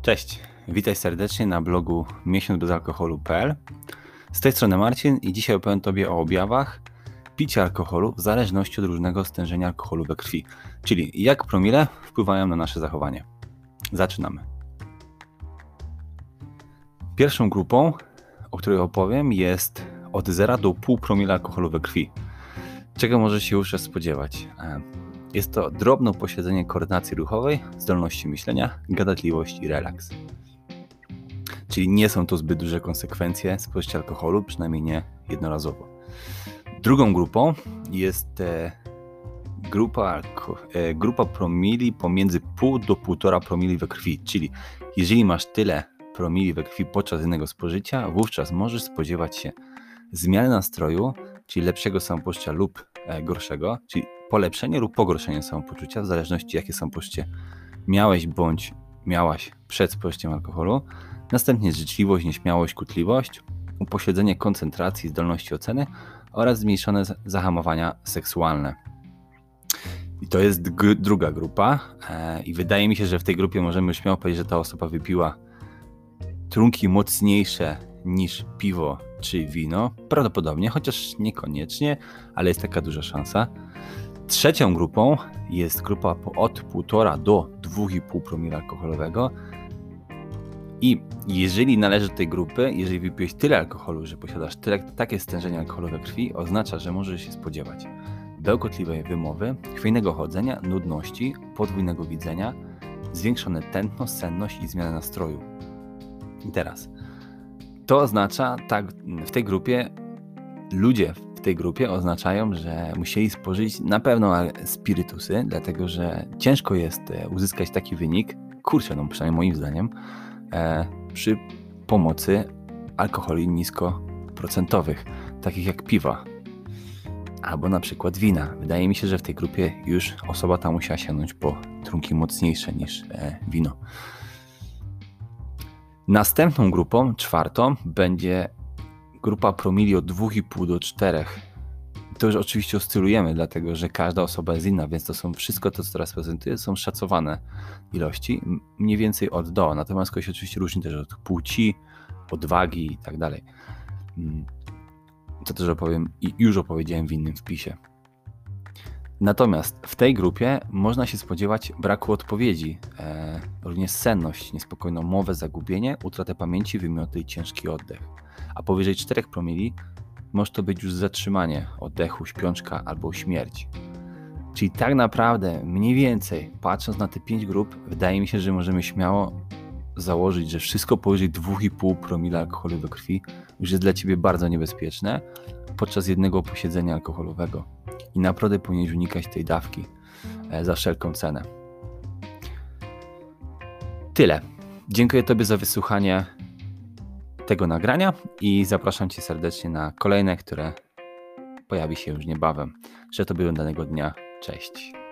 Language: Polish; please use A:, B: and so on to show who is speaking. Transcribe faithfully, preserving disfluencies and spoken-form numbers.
A: Cześć, witaj serdecznie na blogu miesiąc bez alkoholu kropka p l. Z tej strony Marcin i dzisiaj opowiem Tobie o objawach picia alkoholu w zależności od różnego stężenia alkoholu we krwi, czyli jak promile wpływają na nasze zachowanie. Zaczynamy. Pierwszą grupą, o której opowiem, jest od zera do pół promila alkoholu we krwi. Czego możesz się już spodziewać? Jest to drobne posiedzenie koordynacji ruchowej, zdolności myślenia, gadatliwość i relaks. Czyli nie są to zbyt duże konsekwencje spożycia alkoholu, przynajmniej nie jednorazowo. Drugą grupą jest e, grupa, e, grupa promili pomiędzy pół do półtora promili we krwi. Czyli jeżeli masz tyle promili we krwi podczas jednego spożycia, wówczas możesz spodziewać się zmiany nastroju, czyli lepszego samopoczucia lub e, gorszego, czyli polepszenie lub pogorszenie samopoczucia, w zależności jakie samopoczucie miałeś bądź miałaś przed spożyciem alkoholu. Następnie życzliwość, nieśmiałość, kłótliwość, upośledzenie koncentracji, zdolności oceny oraz zmniejszone zahamowania seksualne. I to jest g- druga grupa e, i wydaje mi się, że w tej grupie możemy śmiało powiedzieć, że ta osoba wypiła trunki mocniejsze niż piwo czy wino. Prawdopodobnie, chociaż niekoniecznie, ale jest taka duża szansa. Trzecią grupą jest grupa od półtora do dwóch i pół promila alkoholowego. I jeżeli należysz do tej grupy, jeżeli wypiłeś tyle alkoholu, że posiadasz tyle, takie stężenie alkoholu we krwi, oznacza, że możesz się spodziewać bełkotliwej wymowy, chwiejnego chodzenia, nudności, podwójnego widzenia, zwiększone tętno, senność i zmianę nastroju. I teraz, to oznacza, tak, w tej grupie, ludzie w tej grupie oznaczają, że musieli spożyć na pewno spirytusy, dlatego że ciężko jest uzyskać taki wynik, kurczę, no przynajmniej moim zdaniem, e, przy pomocy alkoholi niskoprocentowych, takich jak piwa, albo na przykład wina. Wydaje mi się, że w tej grupie już osoba ta musiała sięgnąć po trunki mocniejsze niż e, wino. Następną grupą, czwartą, będzie grupa promili od dwa i pół do czterech. To już oczywiście oscylujemy, dlatego że każda osoba jest inna, więc to są wszystko to, co teraz prezentuję, są szacowane ilości, mniej więcej od do. Natomiast to się oczywiście różni też od płci, od wagi i tak dalej. To też opowiem i już opowiedziałem w innym wpisie. Natomiast w tej grupie można się spodziewać braku odpowiedzi, e, również senność, niespokojną mowę, zagubienie, utratę pamięci, wymioty i ciężki oddech. A powyżej czterech promili może to być już zatrzymanie oddechu, śpiączka albo śmierć. Czyli tak naprawdę mniej więcej, patrząc na te pięć grup, wydaje mi się, że możemy śmiało założyć, że wszystko powyżej dwa i pół promila alkoholu we krwi już jest dla Ciebie bardzo niebezpieczne podczas jednego posiedzenia alkoholowego. I naprawdę powinieneś unikać tej dawki za wszelką cenę. Tyle. Dziękuję Tobie za wysłuchanie tego nagrania i zapraszam Cię serdecznie na kolejne, które pojawi się już niebawem. Życzę Tobie udanego dnia. Cześć.